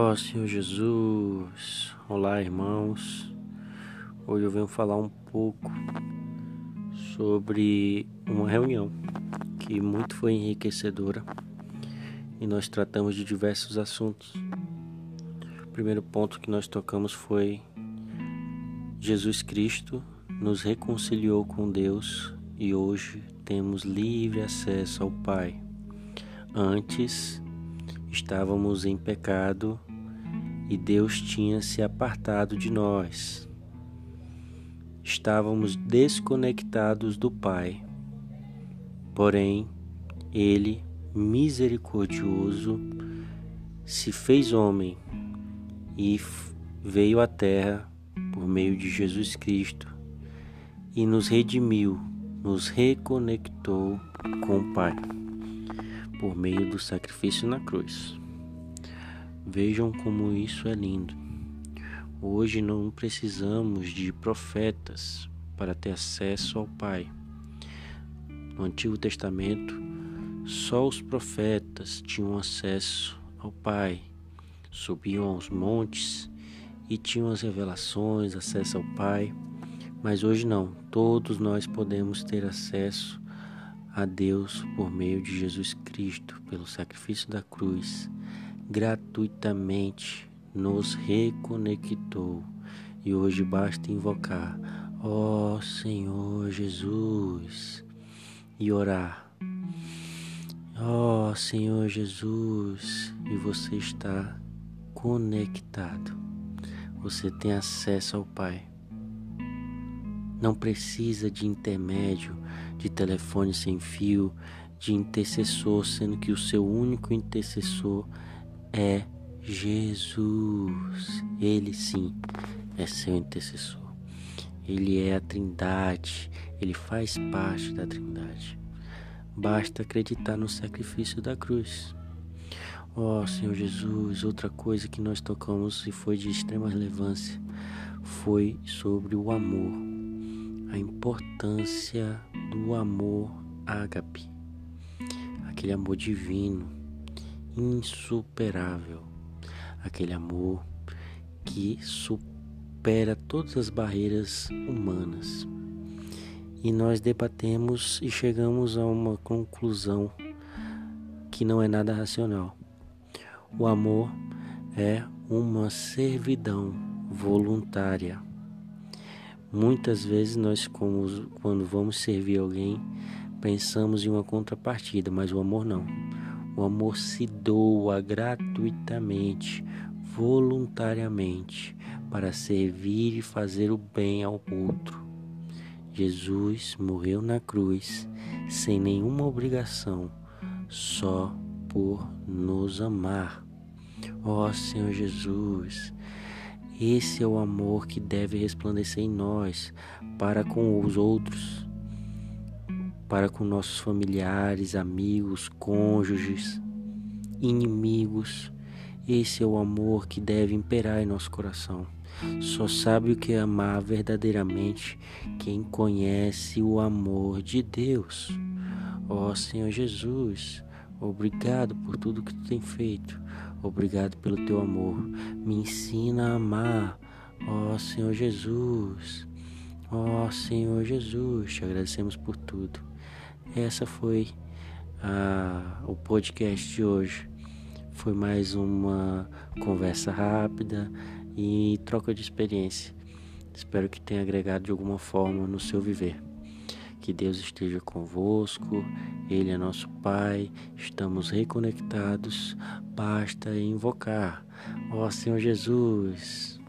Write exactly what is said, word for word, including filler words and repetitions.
Ó Senhor Jesus, olá irmãos. Hoje eu venho falar um pouco sobre uma reunião que muito foi enriquecedora e nós tratamos de diversos assuntos. O primeiro ponto que nós tocamos foi Jesus Cristo nos reconciliou com Deus e hoje temos livre acesso ao Pai. Antes estávamos em pecado e Deus tinha se apartado de nós. Estávamos desconectados do Pai. Porém, Ele, misericordioso, se fez homem e veio à terra por meio de Jesus Cristo e nos redimiu, nos reconectou com o Pai por meio do sacrifício na cruz. Vejam como isso é lindo. Hoje não precisamos de profetas para ter acesso ao Pai. No Antigo Testamento, só os profetas tinham acesso ao Pai. Subiam aos montes e tinham as revelações, acesso ao Pai. Mas hoje não. Todos nós podemos ter acesso a Deus por meio de Jesus Cristo, pelo sacrifício da cruz. Gratuitamente nos reconectou e hoje basta invocar ó oh, Senhor Jesus e orar ó oh, Senhor Jesus, e você está conectado, você tem acesso ao Pai, não precisa de intermédio, de telefone sem fio, de intercessor, sendo que o seu único intercessor é Jesus. Ele sim é seu intercessor. Ele é a Trindade. Ele faz parte da Trindade. Basta acreditar no sacrifício da cruz. Ó Senhor Jesus, outra coisa que nós tocamos e foi de extrema relevância foi sobre o amor. A importância do amor ágape. Aquele amor divino, insuperável, aquele amor que supera todas as barreiras humanas. E nós debatemos e chegamos a uma conclusão que não é nada racional. O amor é uma servidão voluntária. Muitas vezes nós, como, quando vamos servir alguém, pensamos em uma contrapartida, mas o amor não. O amor se doa gratuitamente, voluntariamente, para servir e fazer o bem ao outro. Jesus morreu na cruz sem nenhuma obrigação, só por nos amar. Ó Senhor Jesus, esse é o amor que deve resplandecer em nós para com os outros, para com nossos familiares, amigos, cônjuges, inimigos. Esse é o amor que deve imperar em nosso coração. Só sabe o que é amar verdadeiramente quem conhece o amor de Deus. Ó Senhor Jesus, obrigado por tudo que tu tem feito. Obrigado pelo teu amor. Me ensina a amar. Ó Senhor Jesus. Ó Senhor Jesus, te agradecemos por tudo. Essa foi a, o podcast de hoje. Foi mais uma conversa rápida e troca de experiência. Espero que tenha agregado de alguma forma no seu viver. Que Deus esteja convosco, Ele é nosso Pai, estamos reconectados, basta invocar. Ó Senhor Jesus.